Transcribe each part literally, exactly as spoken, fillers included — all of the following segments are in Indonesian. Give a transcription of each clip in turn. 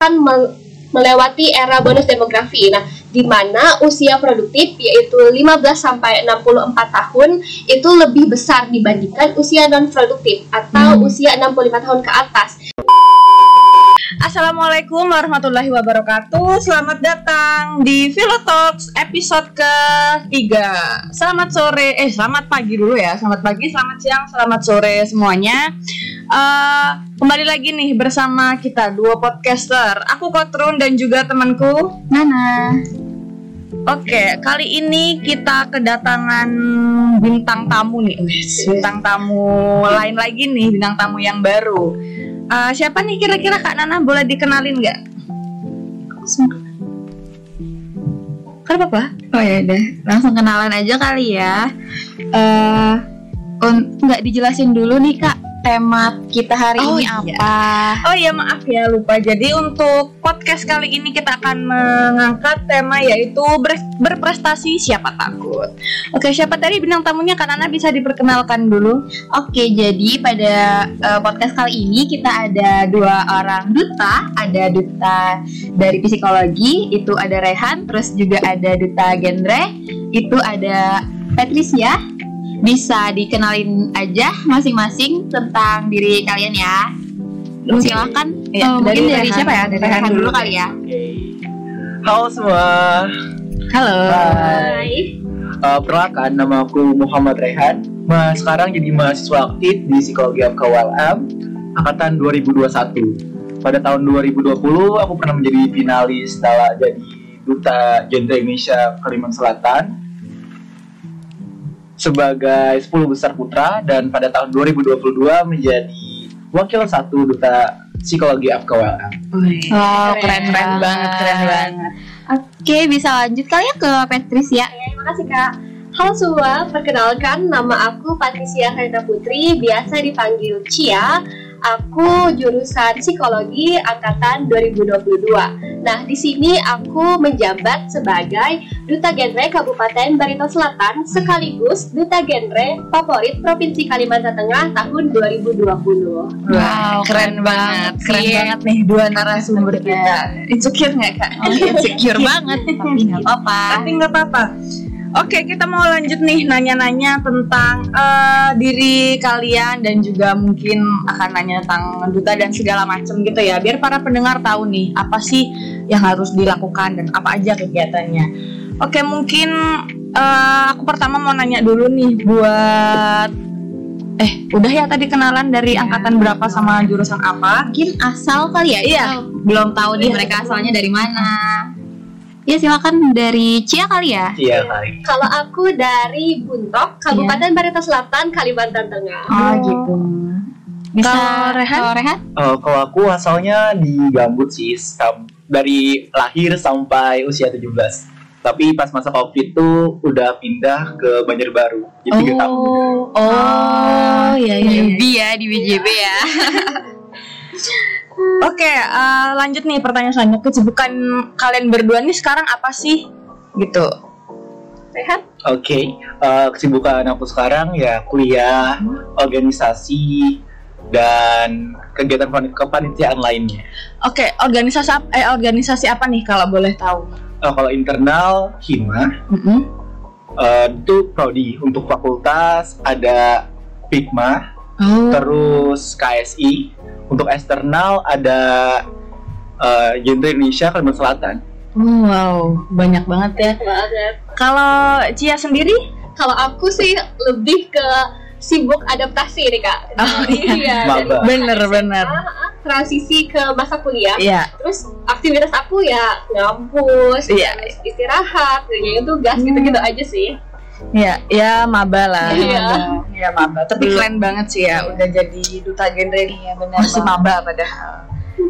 akan mel- melewati era bonus demografi. Nah, di mana usia produktif yaitu lima belas sampai enam puluh empat tahun itu lebih besar dibandingkan usia non produktif atau hmm. usia enam puluh lima tahun ke atas. Assalamualaikum warahmatullahi wabarakatuh. Selamat datang di Philotalks episode ketiga. Selamat sore, eh selamat pagi dulu ya. Selamat pagi, selamat siang, selamat sore semuanya. Uh, kembali lagi nih bersama kita dua podcaster. Aku Kotrun dan juga temanku Nana. Oke, kali ini kita kedatangan bintang tamu nih. Bintang tamu lain lagi nih, bintang tamu yang baru. Uh, siapa nih kira-kira Kak Nana, boleh dikenalin nggak? Kenapa apa? Oh ya udah, langsung kenalan aja kali ya. Uh, un- nggak dijelasin dulu nih Kak, tema kita hari oh, ini iya. apa? Oh iya maaf ya lupa. Jadi untuk podcast kali ini kita akan mengangkat tema yaitu ber- berprestasi siapa takut. Oke, siapa tadi bintang tamunya? Kak Nana bisa diperkenalkan dulu. Oke, jadi pada uh, podcast kali ini kita ada dua orang duta. Ada duta dari psikologi, itu ada Rehan. Terus juga ada duta genre, itu ada Patricia. Bisa dikenalin aja masing-masing tentang diri kalian ya. Okay. Silakan. Ya, uh, dari mungkin dari Rehan. siapa ya? Dari Rehan dulu kali ya. Okay. Halo semua. Halo. Hai. Uh, perkenalkan, nama aku Muhammad Rehan. Nah, sekarang jadi mahasiswa aktif di Psikologi K W L M angkatan dua ribu dua puluh satu. Pada tahun dua ribu dua puluh aku pernah menjadi finalis setelah jadi duta genre Indonesia Kalimantan Selatan sebagai sepuluh besar putra, dan pada tahun dua ribu dua puluh dua menjadi wakil satu duta psikologi K W L M. Wow, keren, keren banget, keren banget. Oke, bisa lanjut kali ya ke Patricia. Ya, terima kasih Kak. Halo semua, perkenalkan nama aku Patricia Karina Putri, biasa dipanggil Cia. Aku jurusan psikologi angkatan dua ribu dua puluh dua. Nah, di sini aku menjabat sebagai duta genre Kabupaten Barito Selatan sekaligus duta genre favorit Provinsi Kalimantan Tengah tahun dua ribu dua puluh. Wow, keren, keren banget, keren sih. banget nih dua narasumber kita. Insecure nggak Kak? Oh, insecure banget, tapi nggak apa-apa. Tapi nggak apa-apa. Oke, kita mau lanjut nih nanya-nanya tentang uh, diri kalian dan juga mungkin akan nanya tentang duta dan segala macam gitu ya. Biar para pendengar tahu nih apa sih yang harus dilakukan dan apa aja kegiatannya. Oke, mungkin uh, aku pertama mau nanya dulu nih buat eh udah ya tadi kenalan dari ya, angkatan berapa sama jurusan apa? Mungkin asal kali ya. Iya. Belum tahu nih iya, mereka asalnya dari mana. Ya silakan dari Cia kali ya. Iya kali. Kalau aku dari Buntok, Kabupaten Barito Selatan, Kalimantan Tengah. Oh gitu. Bisa Kalau Rehan? Kalau Rehan? Uh, kalau aku asalnya di Gambut sih, sam- dari lahir sampai usia tujuh belas. Tapi pas masa Covid tuh udah pindah ke Banjarbaru. Jadi tiga tahun. Oh, iya iya. Newbie ya di B J B ya. Oke, uh, lanjut nih pertanyaan selanjutnya. Kesibukan kalian berdua nih sekarang apa sih? Gitu. Rehan? Oke, okay. uh, kesibukan aku sekarang ya kuliah, organisasi, dan kegiatan kepanitiaan lainnya. Oke, organisasi ap- eh organisasi apa nih kalau boleh tahu? Uh, kalau internal Hima, Mm-hmm. uh, itu prodi. Untuk fakultas ada Pikma, Oh. terus K S I. Untuk eksternal ada uh, genre Indonesia Kalimantan Selatan. Oh, wow, banyak banget ya. Banget. Kalau Cia sendiri? Kalau aku sih lebih ke sibuk adaptasi nih Kak. Oh, iya. Maba. Dari Bener, masa bener. S M A, transisi ke masa kuliah. Iya. Terus aktivitas aku ya ngampus, Iya. istirahat, kerjain tugas Hmm. gitu-gitu aja sih. Iya, ya maba lah. Iya. Iya maba. Tapi keren banget sih ya, udah jadi duta genre nih ya benar. Masih maba padahal.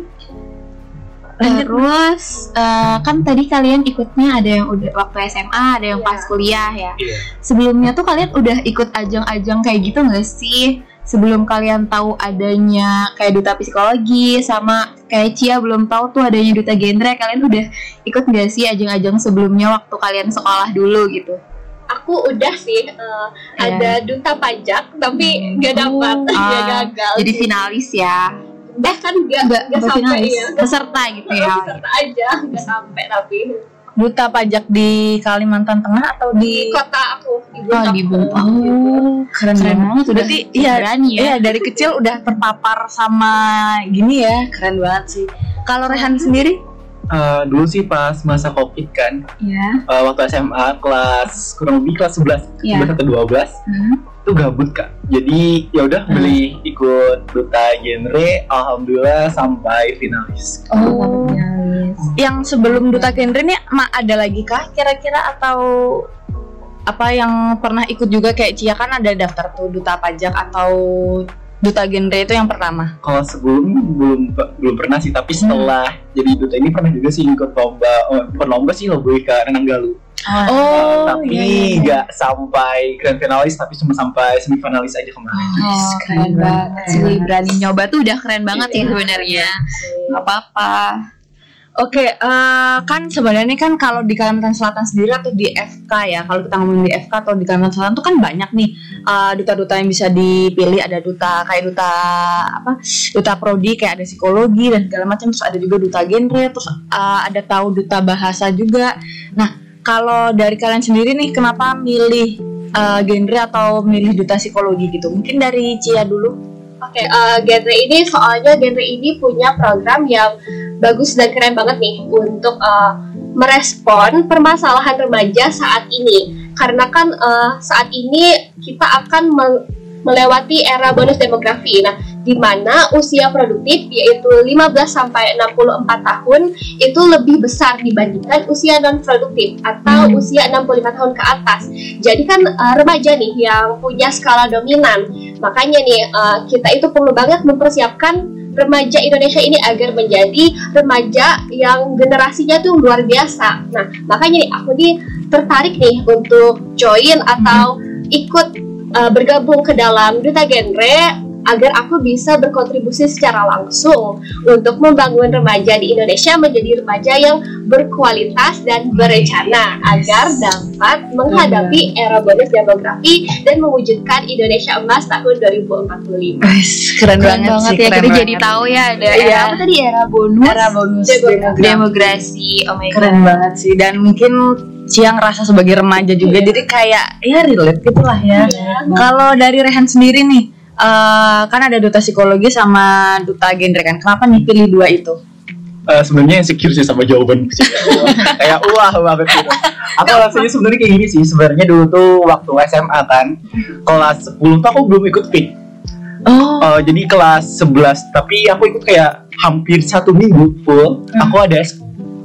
Terus uh, kan tadi kalian ikutnya ada yang udah waktu S M A, ada yang Iya. pas kuliah ya. Iya. Sebelumnya tuh kalian udah ikut ajang-ajang kayak gitu nggak sih? Sebelum kalian tahu adanya kayak duta psikologi sama kayak Cia belum tahu tuh adanya duta genre, kalian udah ikut nggak sih ajang-ajang sebelumnya waktu kalian sekolah dulu gitu? Aku udah sih uh, Iya. ada duta pajak tapi nggak dapat, Oh, nggak ah, gagal. Jadi finalis ya. eh kan nggak Enggak, nggak sampai finalis, ya, peserta gitu ya. peserta aja nggak sampai tapi Duta pajak di Kalimantan Tengah atau di di kota aku di Oh, Buntok. di Buntok. Oh, keren, Keren banget, udah Berarti iya, berani ya. iya dari kecil udah terpapar sama gini ya, keren banget sih. Kalau Rehan sendiri? Uh, dulu sih pas masa covid kan, Iya. uh, waktu S M A kelas kurang lebih kelas sebelas, Iya. sebelas atau dua belas Hmm. itu gabut kak. Jadi ya udah beli ikut duta genre, alhamdulillah sampai finalis. Oh, Finalis. yang sebelum Duta Genre ini ma ada lagi kah kira-kira atau apa yang pernah ikut juga kayak Cia kan ada daftar tuh Duta Pajak atau Duta Genre itu yang pertama? Kalau sebelum belum belum pernah sih, tapi setelah jadi duta ini pernah juga sih ikut lomba, oh, bukan lomba sih, lebih ke renang galuh. Oh, tapi iya, iya. nggak sampai grand finalis, tapi cuma sampai semifinalis aja kemarin. Oh, keren banget sih. Berani nyoba tuh udah keren banget sih sebenarnya. Gak apa-apa. Oke, eh, kan sebenarnya kan kalau di Kalimantan Selatan sendiri atau di F K ya, kalau kita ngomongin di F K atau di Kalimantan Selatan tuh kan banyak nih eh, duta-duta yang bisa dipilih. Ada duta kayak duta apa, duta prodi kayak ada psikologi dan segala macam. Terus ada juga duta genre, terus eh, ada tahu duta bahasa juga. Nah, kalau dari kalian sendiri nih, kenapa milih eh, genre atau milih duta psikologi gitu? Mungkin dari Cia dulu. Oke, eh, genre ini soalnya genre ini punya program yang bagus dan keren banget nih untuk eh, merespon permasalahan remaja saat ini. Karena kan eh, saat ini kita akan me- melewati era bonus demografi. Nah, di mana usia produktif yaitu lima belas sampai enam puluh empat tahun itu lebih besar dibandingkan usia non produktif atau Hmm. usia enam puluh lima tahun ke atas. Jadi kan uh, remaja nih yang punya skala dominan. Makanya nih uh, kita itu perlu banget mempersiapkan remaja Indonesia ini agar menjadi remaja yang generasinya tuh luar biasa. Nah, makanya nih aku nih tertarik nih untuk join atau ikut uh, bergabung ke dalam Duta Genre agar aku bisa berkontribusi secara langsung untuk membangun remaja di Indonesia menjadi remaja yang berkualitas dan berencana agar dapat menghadapi era bonus demografi dan mewujudkan Indonesia emas tahun dua ribu empat puluh lima. Guys, keren, Keren banget, banget sih, ya, keren kita banget. jadi tahu ya ada Iya. era apa tadi, era bonus, Era bonus Demografi. demografi. Oh my god. Keren banget sih, dan mungkin Cia ngerasa sebagai remaja juga, jadi kayak ya relate gitulah ya. Kalau dari Rehan sendiri nih, eh, kan ada duta psikologi sama duta genre kan, kenapa nih pilih dua itu? Uh, sebenarnya insecure sih sama jawaban kayak wah banget gitu. Aku rasanya sebenarnya kayak gini sih. Sebenarnya dulu tuh waktu S M A kan, kelas sepuluh tuh aku belum ikut P I K. Oh, Uh, jadi kelas sebelas, tapi aku ikut kayak hampir satu minggu full. Aku ada eskul.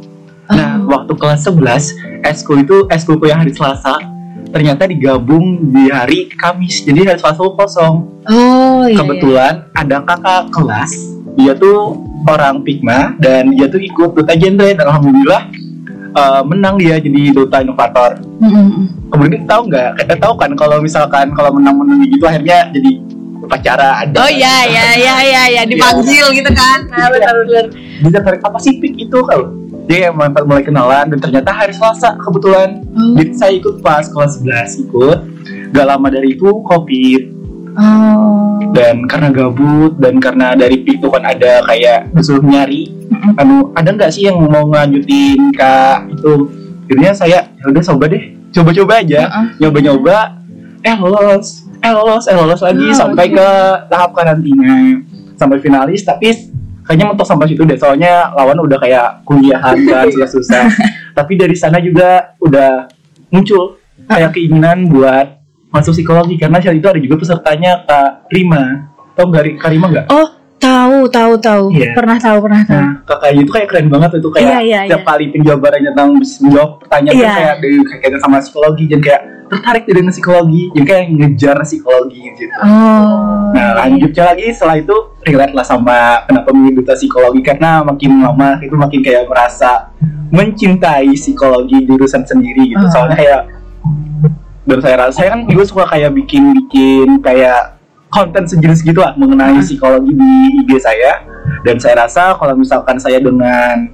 Nah, waktu kelas sebelas, eskul itu eskulku yang hari Selasa ternyata digabung di hari Kamis. Jadi hari Selasa aku kosong. oh iya. Kebetulan ada kakak kelas, dia tuh orang Pigma dan dia tuh ikut duta genre dan alhamdulillah uh, menang dia jadi duta inovator. Iya. Mm-mm. Kemudian tahu nggak? Kita tahu kan kalau misalkan kalau menang-menang gitu akhirnya jadi upacara ada. Oh iya iya iya iya ya, dipanggil gitu kan. Nah, benar-benar. Dia tertarik apa sih P I K itu kalau? Dia yang mulai, mulai kenalan dan ternyata hari Selasa kebetulan. Hmm. Jadi saya ikut pas kelas sebelas ikut. Gak lama dari itu Covid. Oh. Dan karena gabut dan karena dari P I K itu kan ada kayak disuruh nyari, anu ada nggak sih yang mau ngajutin kak itu? Jadinya saya ya udah coba deh, coba-coba aja, Uh-uh. nyoba-nyoba, eh lolos, eh lolos, eh lolos lagi Oh, sampai ke tahap karantina, sampai finalis. Tapi kayaknya mentok sampai situ deh, soalnya lawan udah kayak kuliahan kan susah-susah. Tapi dari sana juga udah muncul kayak keinginan buat masuk psikologi karena saat itu ada juga pesertanya Kak Rima. Tahu nggak Kak Rima nggak? Oh, tahu tahu tahu. Iya. Pernah tahu, pernah tahu. Nah, kakaknya itu kayak keren banget itu kayak Iya, iya, setiap iya. kali penjabarannya tentang menjawab pertanyaan Iya. tuh kayak dari kaitan sama psikologi dan kayak tertarik dengan psikologi, jadi kayak ngejar psikologi gitu. Oh. Nah lanjutnya lagi setelah itu relate lah sama kenapa milih duta psikologi karena makin lama itu makin kayak merasa mencintai psikologi jurusan sendiri gitu. Ah. Soalnya kayak dan saya rasa saya kan juga suka kayak bikin-bikin kayak konten sejenis gitu lah mengenai psikologi di I G saya, dan saya rasa kalau misalkan saya dengan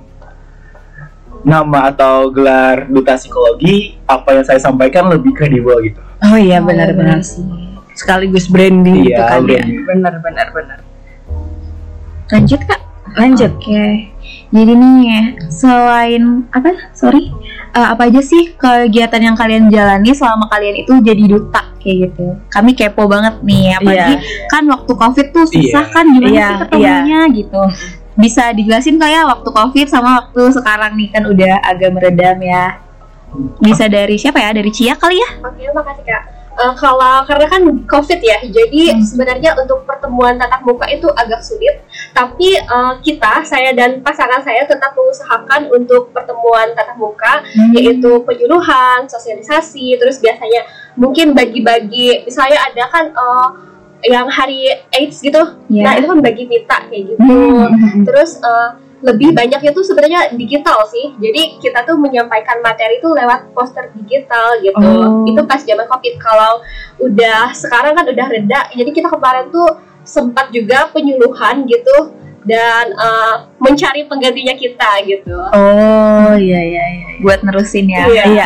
nama atau gelar duta psikologi, apa yang saya sampaikan lebih kredibel gitu. Oh iya, benar-benar. sih. Sekaligus branding Iya, gitu kan ya. branding. Benar benar benar. Lanjut Kak. Lanjut. Oke. Jadi nih selain apa? Sorry. Uh, apa aja sih kegiatan yang kalian jalani selama kalian itu jadi duta kayak gitu? Kami kepo banget nih, apalagi Iya. kan waktu Covid tuh susah Iya. kan gimana Iya, sih ketemunya gitu. Bisa dijelasin nggak ya waktu Covid sama waktu sekarang nih kan udah agak meredam ya. Bisa dari siapa ya? Dari Cia kali ya? Oke, makasih Kak. Uh, kalau karena kan COVID ya, jadi Hmm. sebenarnya untuk pertemuan tatap muka itu agak sulit. Tapi uh, kita, saya dan pasangan saya tetap mengusahakan untuk pertemuan tatap muka, Hmm. yaitu penyuluhan, sosialisasi, terus biasanya mungkin bagi-bagi, misalnya ada kan uh, yang hari AIDS gitu, Iya. nah itu kan bagi pita kayak gitu. Hmm. Terus uh, lebih banyaknya tuh sebenarnya digital sih. Jadi kita tuh menyampaikan materi tuh lewat poster digital gitu. Oh. Itu pas zaman Covid. Kalau udah sekarang kan udah reda. Jadi kita kemarin tuh sempat juga penyuluhan gitu dan uh, mencari penggantinya kita gitu. Oh iya iya iya. Buat nerusin ya. Iya. Iya.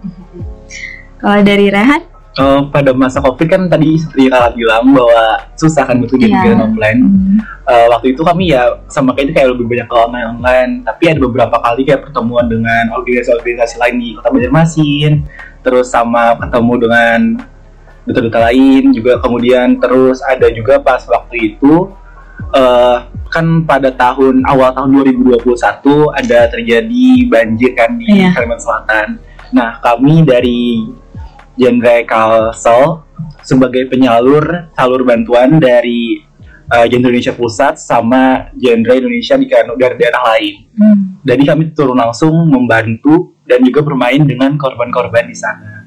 Kalau dari Rehan? Uh, pada masa Covid kan tadi seperti Kak bilang bahwa susah kan untuk jadi Iya. offline. Uh, waktu itu kami ya sama kayak itu kayak lebih banyak ke online-online, tapi ada beberapa kali kayak pertemuan dengan organisasi-organisasi lain di Kota Banjarmasin, terus sama ketemu dengan duta-duta lain juga, kemudian terus ada juga pas waktu itu uh, kan pada tahun awal tahun dua ribu dua puluh satu ada terjadi banjir kan di Iya. Kalimantan Selatan. Nah, kami dari genre Kalsel sebagai penyalur salur bantuan dari uh, genre Indonesia Pusat sama genre Indonesia di kan- dari daerah lain. Hmm. Jadi kami turun langsung membantu dan juga bermain dengan korban-korban di sana.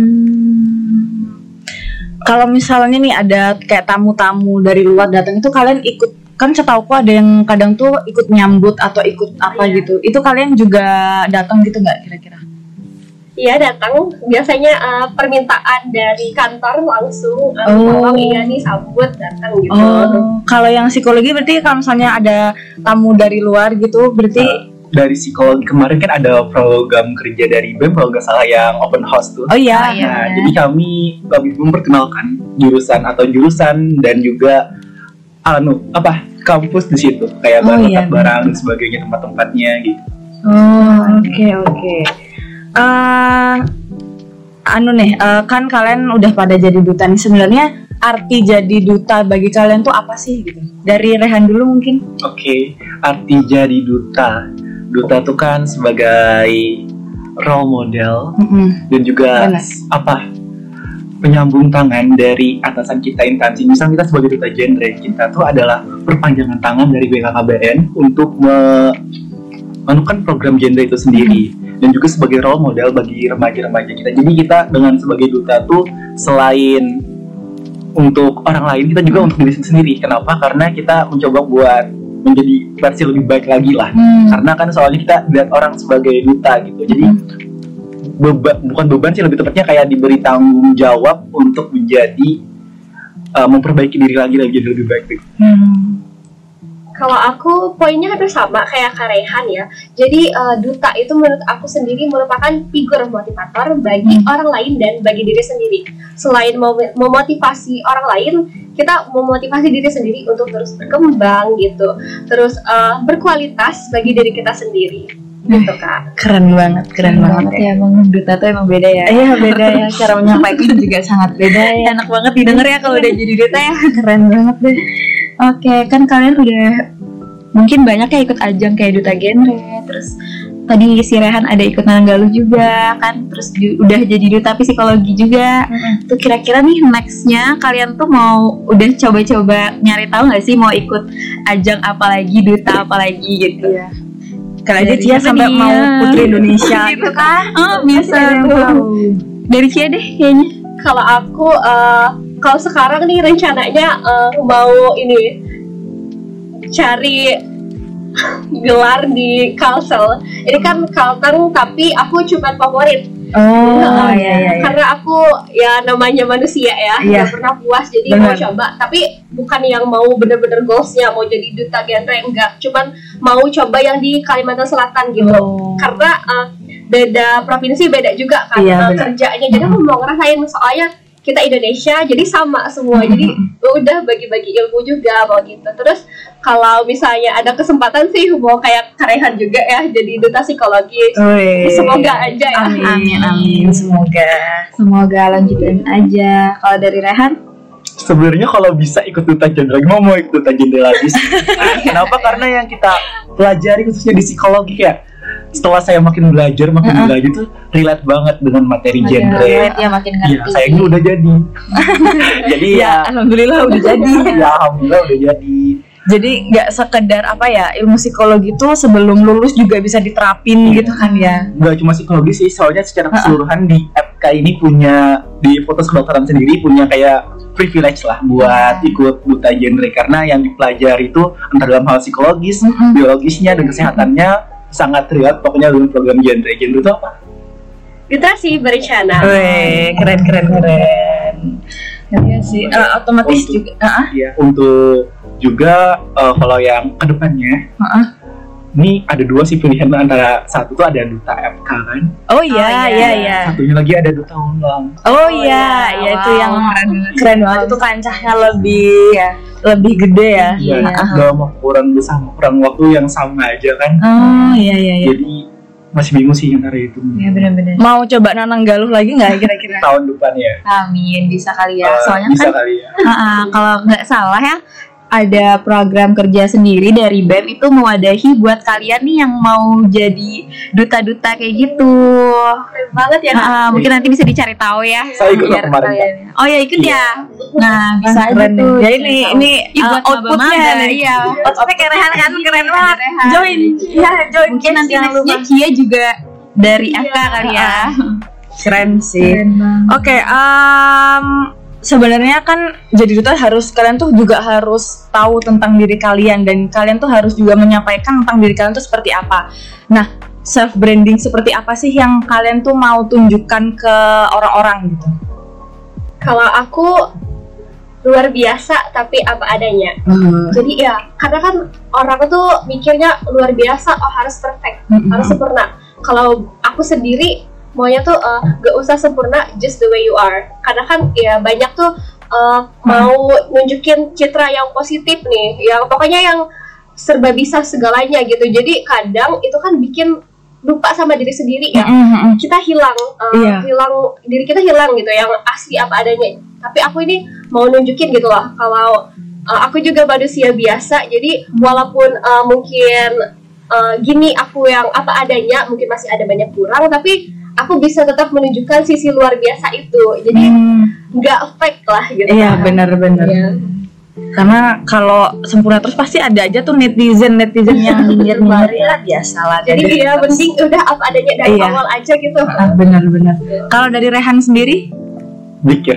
Hmm. Kalau misalnya nih ada kayak tamu-tamu dari luar datang itu kalian ikut, kan setauku ada yang kadang tuh ikut nyambut atau ikut apa Iya. gitu. Itu kalian juga datang gitu nggak kira-kira? Iya datang. Biasanya uh, permintaan dari kantor langsung. Uh, Oh. Tolong iya nih sambut datang gitu. Oh, kalau yang psikologi berarti kalau misalnya ada tamu dari luar gitu berarti Dari psikologi kemarin kan ada program kerja dari B E M kalau nggak salah yang open house tuh. oh iya. Oh, iya. Nah, benar. jadi kami kami memperkenalkan jurusan atau jurusan dan juga anu apa kampus di situ kayak Oh, bahan iya, letak barang dan sebagainya, tempat-tempatnya gitu. Oh, oke oke. Eh, anu nih, eh, kan kalian udah pada jadi duta nih. Sebenarnya arti jadi duta bagi kalian tuh apa sih gitu? Dari Rehan dulu mungkin. Oke, arti jadi duta. Duta tuh kan sebagai role model Mm-mm. dan juga Benar. apa penyambung tangan dari atasan kita instansi. Misal kita sebagai duta genre, kita tuh adalah perpanjangan tangan dari B K K B N untuk menemukan program genre itu sendiri dan juga sebagai role model bagi remaja-remaja kita. Jadi kita dengan sebagai duta tuh selain untuk orang lain, kita juga untuk diri sendiri. Kenapa? Karena kita mencoba buat menjadi versi lebih baik lagi lah. Hmm. Karena kan soalnya kita lihat orang sebagai duta gitu. Jadi beba- bukan beban sih, lebih tepatnya kayak diberi tanggung jawab untuk menjadi uh, memperbaiki diri lagi lagi jadi lebih baik. Hmm. Kalau aku poinnya hampir sama kayak Kak Rehan ya. Jadi uh, duta itu menurut aku sendiri merupakan figur motivator bagi orang lain dan bagi diri sendiri. Selain mem- memotivasi orang lain, kita memotivasi diri sendiri untuk terus berkembang gitu. Terus uh, berkualitas bagi diri kita sendiri. Gitu Kak. Keren banget, keren banget ya. ya. Emang duta tuh emang beda ya. Iya beda ya, cara menyampaikan juga sangat beda ya. Enak banget didengar ya kalau udah jadi duta ya. Keren banget deh. Oke, kan kalian udah mungkin banyak ya ikut ajang kayak duta genre, terus tadi si Rehan ada ikut Nangaluh juga kan, terus ju- udah jadi duta psikologi juga. Tuh kira-kira nih nextnya kalian tuh mau udah coba-coba nyari tahu nggak sih mau ikut ajang apa lagi, duta apa lagi gitu? Iya. Kalau aja Dari Cia siapa sampai nih? mau Putri Indonesia Gitu kan? Oh bisa Ada yang tuh. tahu. Dari Cia deh kayaknya. Kalau aku uh, kalau sekarang nih rencananya uh, mau ini cari gelar di Kalsel. Ini kan Kalteng tapi aku cuma favorit. Oh, Nah, iya iya. iya. Karena aku ya namanya manusia ya, Iya. nggak pernah puas jadi Benar. mau coba. Tapi bukan yang mau bener-bener goalsnya mau jadi duta genre, enggak. Cuman mau coba yang di Kalimantan Selatan gitu. Oh. Karena uh, beda provinsi beda juga kan Iya, uh, benar. kerjanya. Jadi aku mau ngerasain soalnya kita Indonesia, jadi sama semua. Jadi udah bagi-bagi ilmu juga mau gitu. Terus kalau misalnya ada kesempatan sih mau kayak Rehan juga ya jadi duta psikologi. Wih. Semoga aja ya. Amin, amin, amin. Semoga. Semoga lanjutin aja. Kalau dari Rehan? Sebenarnya kalau bisa ikut duta genre, gue mau ikut duta genre lagi sih. Kenapa? Karena yang kita pelajari khususnya di psikologi ya, setelah saya makin belajar, makin uh-huh. belajar tuh relate banget dengan materi genre. Ya makin ngerti. Ya, sayangnya udah jadi. Jadi ya, ya, alhamdulillah udah jadi. Ya, alhamdulillah udah jadi. Jadi nggak sekedar apa ya, ilmu psikologi tuh sebelum lulus juga bisa diterapin iya. gitu kan ya. Nggak cuma psikologi sih, soalnya secara keseluruhan uh-uh. di F K ini punya, di Fakultas Kedokteran sendiri punya kayak privilege lah buat ikut duta genre, karena yang dipelajari itu entah dalam hal psikologis, uh-huh. biologisnya dan kesehatannya sangat relate pokoknya dengan program genre. Genre itu apa? Literasi berencana. Wih, keren keren keren. Iya sih, uh, otomatis untuk, juga. Uh-uh. Iya, untuk juga uh, kalau yang kedepannya, uh-uh. ini ada dua sih pilihan antara satu tuh ada duta F K kan. Oh iya, iya, iya. Satunya lagi ada duta ulang. Oh, oh iya, ya itu yang keren, keren banget. Itu kancahnya lebih ya, lebih gede ya. Iya, uh-huh. gak mau kurang sama kurang waktu yang sama aja kan. Oh iya iya. iya. Jadi masih bingung sih antara itu. Iya benar-benar. Mau coba nanang galuh lagi nggak kira-kira? Tahun depan ya. Amin, bisa kali ya. Uh, Soalnya bisa kan kali ya. uh, kalau nggak salah ya, ada program kerja sendiri dari B E M itu mewadahi buat kalian nih yang mau jadi duta-duta kayak gitu. Keren banget ya. Uh, mungkin nanti bisa dicari tahu ya. Saya ikut biar kemarin, kalian. Oh ya ikut Iya. ya. Nah bisa aja Keren tuh. nih. Ya ini ini Ih, uh, buat outputnya maba-maba, nih. iya. Outputnya keren kan, keren banget. Rehan. Join, ya join. Mungkin nanti Jangan nextnya lupa. Kia juga dari F K kali ya. Keren sih. Keren banget. Oke, um, sebenarnya kan jadi duta harus kalian tuh juga harus tahu tentang diri kalian dan kalian tuh harus juga menyampaikan tentang diri kalian tuh seperti apa. Nah, self branding seperti apa sih yang kalian tuh mau tunjukkan ke orang-orang gitu? Kalau aku luar biasa tapi apa adanya. Hmm. Jadi ya, karena kan orang tuh mikirnya luar biasa, oh harus perfect, Mm-hmm. harus sempurna. Kalau aku sendiri maunya tuh uh, gak usah sempurna, just the way you are. Karena kan ya banyak tuh uh, mau nunjukin citra yang positif nih, yang pokoknya yang serba bisa segalanya gitu. Jadi kadang itu kan bikin lupa sama diri sendiri ya. Mm-hmm. Kita hilang, uh, Iya. hilang diri kita hilang gitu, yang asli apa adanya. Tapi aku ini mau nunjukin gitu loh, kalau uh, aku juga manusia biasa. Jadi walaupun uh, mungkin uh, gini aku yang apa adanya, mungkin masih ada banyak kurang, tapi aku bisa tetap menunjukkan sisi luar biasa itu. Jadi nggak hmm. fake lah gitu. Iya benar-benar. Iya. Karena kalau sempurna terus pasti ada aja tuh netizen netizen yang nyinyir-nyinyir ya biasa lah. Jadi ya penting udah apa adanya dari Iya. awal aja gitu. Ah, benar-benar. Kalau dari Rehan sendiri? Dikir.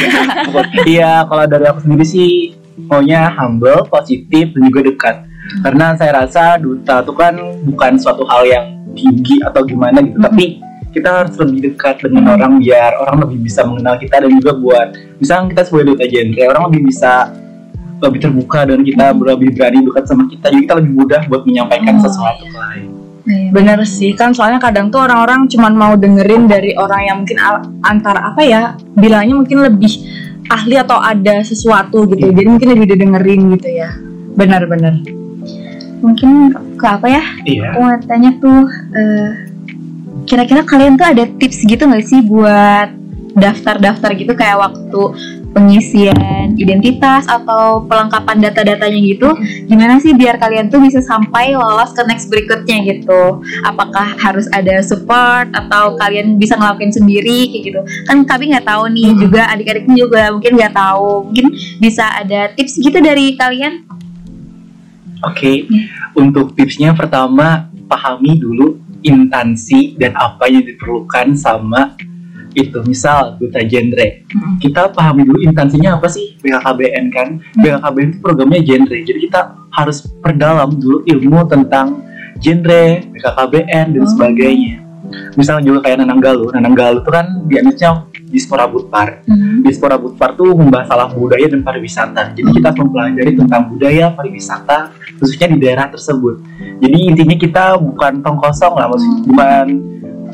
Iya, kalau dari aku sendiri sih maunya humble, positif dan juga dekat. Karena saya rasa duta itu kan bukan suatu hal yang tinggi atau gimana gitu, hmm. tapi kita harus lebih dekat dengan orang biar orang lebih bisa mengenal kita, dan juga buat misalnya kita sebagai duta genre, orang lebih bisa lebih terbuka dan kita lebih berani dekat sama kita, jadi kita lebih mudah buat menyampaikan oh. sesuatu ke lain. Bener sih, kan soalnya kadang tuh orang-orang cuma mau dengerin dari orang yang mungkin al- antara apa ya, bilangnya mungkin lebih ahli atau ada sesuatu gitu, jadi mungkin lebih didengerin gitu ya. Benar-benar. Mungkin ke apa ya? Iya. Aku mau tanya tuh, uh, kira-kira kalian tuh ada tips gitu nggak sih buat daftar-daftar gitu kayak waktu pengisian identitas atau pelengkapan data-datanya gitu, gimana sih biar kalian tuh bisa sampai lolos ke next berikutnya gitu? Apakah harus ada support atau kalian bisa ngelakuin sendiri kayak gitu? Kan kami nggak tahu nih, juga adik-adiknya juga mungkin nggak tahu. Mungkin bisa ada tips gitu dari kalian? Oke, okay. Untuk tipsnya pertama pahami dulu instansi dan apa yang diperlukan sama itu. Misal duta genre, hmm. kita pahami dulu instansinya apa sih. B K K B N kan, hmm. B K K B N itu programnya genre, jadi kita harus perdalam dulu ilmu tentang genre, B K K B N dan hmm. sebagainya. Misalnya juga kayak Nanang Galuh, Nanang Galuh itu kan dianusnya Diaspora Budpar. hmm. Diaspora Budpar tuh membahas salah budaya dan pariwisata, jadi kita harus mempelajari tentang budaya pariwisata khususnya di daerah tersebut. Jadi intinya kita bukan tong kosong lah, maksudnya bukan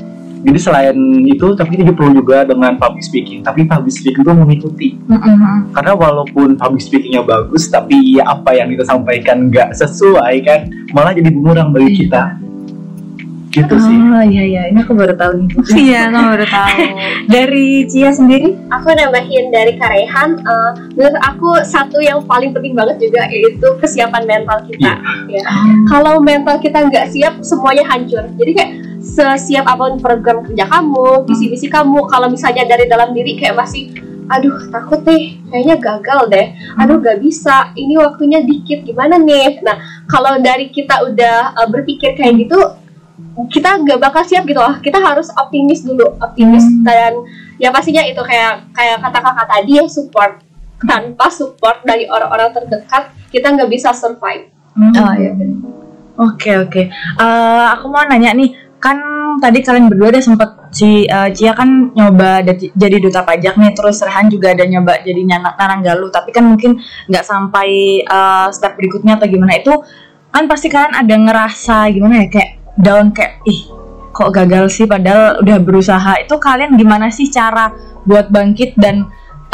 Jadi selain itu, tapi kita perlu juga dengan public speaking. Tapi public speaking itu mengikuti. Mm-hmm. Karena walaupun public speakingnya bagus, tapi apa yang kita sampaikan nggak sesuai kan, malah jadi bumerang bagi kita. Gitu sih. Oh iya iya, ini aku baru tahu nih. Iya, aku baru tahu. Dari Cia sendiri? Aku nambahin dari Karehan, uh, menurut aku satu yang paling penting banget juga yaitu kesiapan mental kita. Ya. Kalau mental kita nggak siap, semuanya hancur. Jadi kayak sesiap apapun program kerja kamu, visi-misi kamu, kalau misalnya dari dalam diri kayak masih, aduh takut deh, kayaknya gagal deh, aduh gak bisa, ini waktunya dikit, gimana nih? Nah, kalau dari kita udah uh, berpikir kayak gitu, kita nggak bakal siap gitu loh. Kita harus optimis dulu, optimis hmm. dan ya pastinya itu kayak kayak kata-kata tadi ya, support. Tanpa support dari orang-orang terdekat, kita nggak bisa survive. Hmm. Oh iya benar. Oke oke. Uh, aku mau nanya nih, kan tadi kalian berdua udah sempet si uh, Cia kan nyoba d- jadi duta pajak nih, terus Rehan juga ada nyoba jadi nyanak Nananggalu, tapi kan mungkin nggak sampai uh, step berikutnya atau gimana. Itu kan pasti kalian ada ngerasa gimana ya, kayak down, kayak ih kok gagal sih padahal udah berusaha. Itu kalian gimana sih cara buat bangkit dan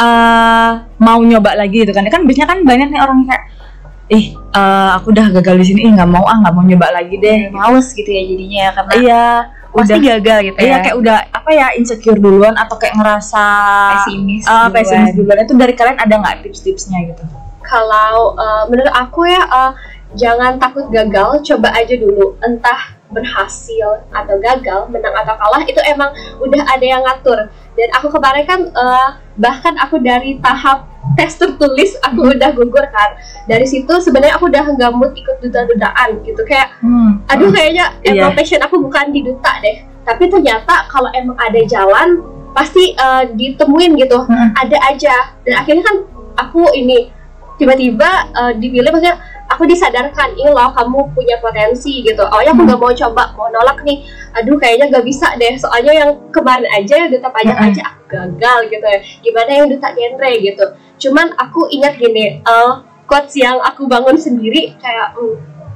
uh, mau nyoba lagi gitu kan? Kan biasanya kan banyak nih orang kayak ih uh, aku udah gagal di sini, ih nggak mau ah nggak mau nyoba lagi deh, males gitu ya jadinya karena iya pasti udah gagal gitu ya. Iya kayak udah apa ya, insecure duluan atau kayak ngerasa pesimis uh, duluan. pesimis duluan. Itu dari kalian ada nggak tips-tipsnya gitu? Kalau uh, menurut aku ya, uh, jangan takut gagal, coba aja dulu. Entah berhasil atau gagal, menang atau kalah, itu emang udah ada yang ngatur. Dan aku kemarin kan uh, bahkan aku dari tahap tes tertulis aku udah gugur kan. Dari situ sebenarnya aku udah nggak mood ikut duta-dutaan gitu, kayak hmm. aduh kayaknya emang iya. passion aku bukan di duta deh. Tapi ternyata kalau emang ada jalan pasti uh, ditemuin gitu, hmm. ada aja. Dan akhirnya kan aku ini tiba-tiba uh, dipilih, maksudnya aku disadarkan, ini loh kamu punya potensi gitu. Awalnya aku nggak mau coba, mau nolak nih, aduh kayaknya nggak bisa deh, soalnya yang kemarin aja duta pajak mm-hmm. aja aku gagal gitu ya, gimana yang duta genre gitu. Cuman aku ingat gini, uh, quotes yang aku bangun sendiri kayak hmm,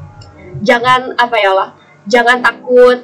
jangan apa ya lah, jangan takut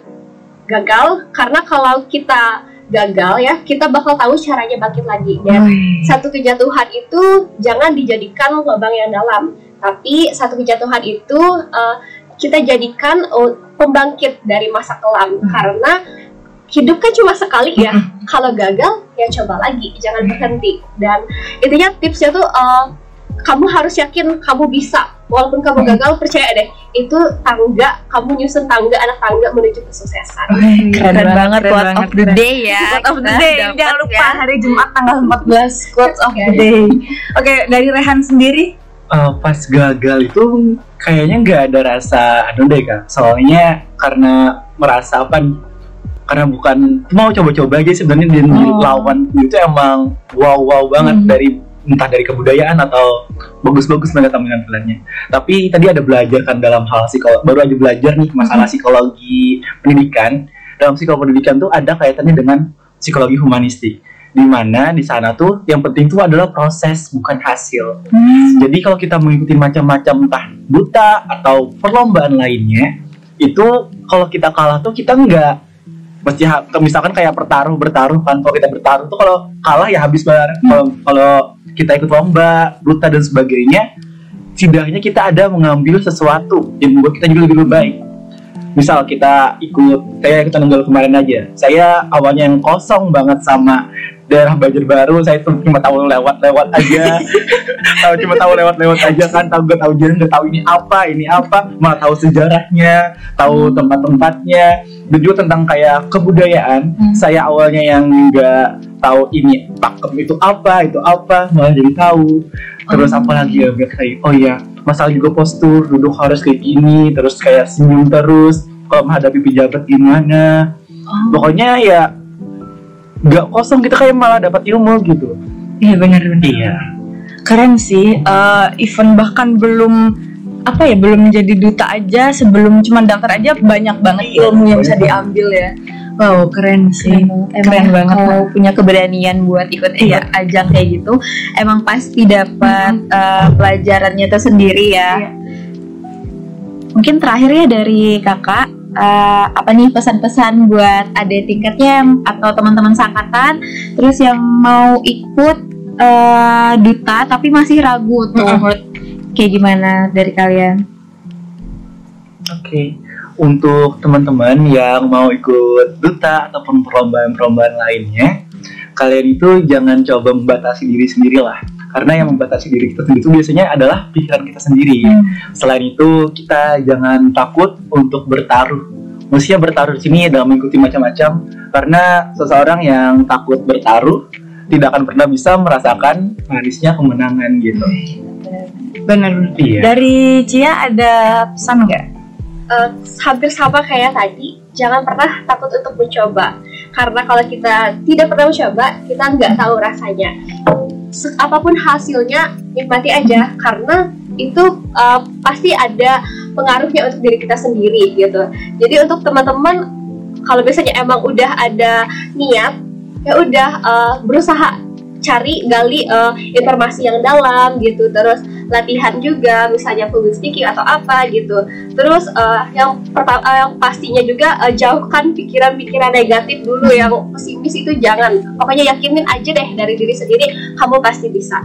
gagal, karena kalau kita gagal ya, kita bakal tahu caranya bangkit lagi. Dan Ui. satu kejatuhan itu jangan dijadikan lubang yang dalam, tapi satu kejatuhan itu uh, kita jadikan uh, pembangkit dari masa kelam. Hmm. Karena hidup kan cuma sekali ya. Hmm. Kalau gagal ya coba lagi, jangan berhenti. Dan intinya tipsnya tuh uh, kamu harus yakin kamu bisa. Walaupun kamu gagal, percaya deh, itu tangga, kamu nyusun tangga, anak tangga menuju kesuksesan. Keren, keren banget, quote of the day ya. Quote of the day, jangan lupa ya. Hari Jumat tanggal empat belas, quote of the day. Oke, okay, dari Rehan sendiri? Uh, pas gagal itu kayaknya nggak ada rasa anu deh Kak. Soalnya karena merasa apa, karena bukan mau coba-coba aja sebenarnya, dan oh. lawan itu emang wow-wow banget hmm. dari entah dari kebudayaan atau bagus-bagus banget tampilan-tampilannya. Tapi tadi ada belajar kan dalam hal psikologi, baru aja belajar nih masalah psikologi pendidikan. Dalam psikologi pendidikan tuh ada kaitannya dengan psikologi humanistik, di mana di sana tuh yang penting tuh adalah proses bukan hasil. Hmm. Jadi kalau kita mengikuti macam-macam entah duta atau perlombaan lainnya, itu kalau kita kalah tuh kita enggak mesti ha- misalkan kayak bertaruh bertaruh kan, kalau kita bertaruh tuh kalau kalah ya habis bareng. Kalau hmm. kalau kita ikut lomba, duta dan sebagainya, setidaknya kita ada mengambil sesuatu yang membuat kita juga lebih baik. Misal kita ikut, kayak ikut Nananggalu kemarin aja, saya awalnya yang kosong banget sama daerah Banjarbaru, saya tuh cuma tahu lewat-lewat aja, tahu cuma tahu lewat-lewat aja kan, tahu gak tahu jalan, gak tahu ini apa, ini apa, malah tahu sejarahnya, tahu tempat-tempatnya, dan juga tentang kayak kebudayaan. Hmm. Saya awalnya yang nggak tahu ini pakem itu apa, itu apa, malah jadi tahu. Terus oh. apa lagi ya, kayak oh ya, masalah juga postur, duduk harus kayak gini, terus kayak senyum terus, kalau menghadapi pejabat gimana. Oh. Pokoknya ya nggak kosong, kita kayak malah dapat ilmu gitu. Iya benar-benar. Iya. Keren sih. Uh, even bahkan belum apa ya, belum menjadi duta aja, sebelum cuma daftar aja banyak banget ilmu yang bisa diambil ya. Wow, keren sih. Emang, keren banget. Kalau punya keberanian buat ikut iya. ajang kayak gitu, emang pasti dapat mm-hmm. uh, pelajarannya tersendiri ya. Iya. Mungkin terakhir ya dari kakak. uh, apa nih pesan-pesan buat adik tingkatnya yang atau teman-teman seangkatan, terus yang mau ikut uh, duta tapi masih ragu tuh, menurut kayak gimana dari kalian? Oke, okay. Untuk teman-teman yang mau ikut duta ataupun perlombaan-perlombaan lainnya, kalian itu jangan coba membatasi diri sendiri lah. Karena yang membatasi diri kita sendiri itu biasanya adalah pikiran kita sendiri. Hmm. Selain itu, kita jangan takut untuk bertaruh. Maksudnya bertaruh di sini dalam mengikuti macam-macam. Karena seseorang yang takut bertaruh tidak akan pernah bisa merasakan manisnya kemenangan gitu. Benar. Iya. Dari Cia ada pesan nggak? Uh, hampir sama kayak tadi. Jangan pernah takut untuk mencoba. Karena kalau kita tidak pernah mencoba, kita nggak tahu rasanya. Apapun hasilnya, nikmati aja, karena itu uh, pasti ada pengaruhnya untuk diri kita sendiri gitu. Jadi untuk teman-teman, kalau biasanya emang udah ada niat, ya udah uh, berusaha cari gali uh, informasi yang dalam gitu, terus latihan juga, misalnya public speaking atau apa gitu. Terus uh, yang pertama, uh, yang pastinya juga uh, jauhkan pikiran-pikiran negatif dulu, yang pesimis itu jangan. Pokoknya yakinin aja deh dari diri sendiri, kamu pasti bisa.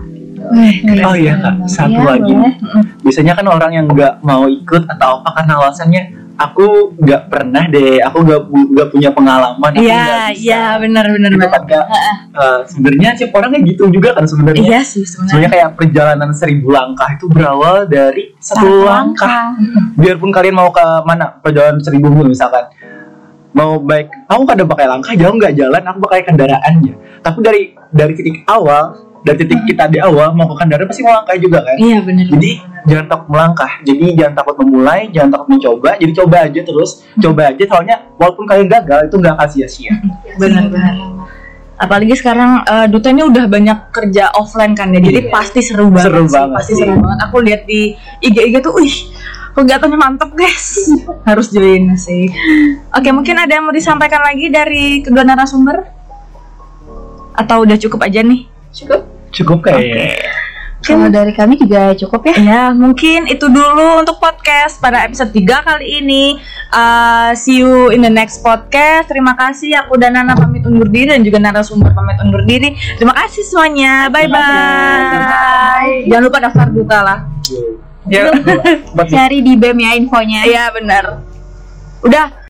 Oh iya Kak, satu ya, lagi. boleh. Biasanya kan orang yang nggak mau ikut atau apa karena alasannya, aku nggak pernah deh, aku nggak nggak punya pengalaman. Iya, iya benar-benar Itu banget. kan uh, sebenarnya sih orangnya gitu juga kan sebenarnya. Iya sih sebenarnya. Sebenarnya kayak perjalanan seribu langkah itu berawal dari satu langkah. Biarpun kalian mau ke mana, perjalanan seribu mil misalkan, mau baik, aku kadang pakai langkah jauh nggak jalan, aku pakai kendaraannya. Tapi dari dari titik awal, dari titik kita di awal mau ke kendaraan pasti mau langkah juga kan. Iya benar. Jadi jangan takut melangkah, jadi jangan takut memulai, jangan takut mencoba, jadi coba aja terus, coba aja, soalnya walaupun kalian gagal itu nggak akan sia-sia. Benar-benar. Apalagi sekarang uh, duta ini udah banyak kerja offline kan ya, jadi Iya. pasti seru banget. Seru sih, banget pasti sih. seru banget. Aku lihat di I G I G tuh, wih, kegiatannya mantep guys. Harus join sih. Oke, mungkin ada yang mau disampaikan lagi dari kedua narasumber? Atau udah cukup aja nih? Cukup? Cukup kayaknya. Kalau dari kami juga cukup ya. Ya, mungkin itu dulu untuk podcast pada episode tiga kali ini. Uh, see you in the next podcast. Terima kasih, aku dan Nana pamit undur diri, dan juga narasumber pamit undur diri. Terima kasih semuanya. Bye-bye. Jangan lupa daftar duta lah. Ya, buat Cari di B E M ya infonya. Iya, benar. Udah.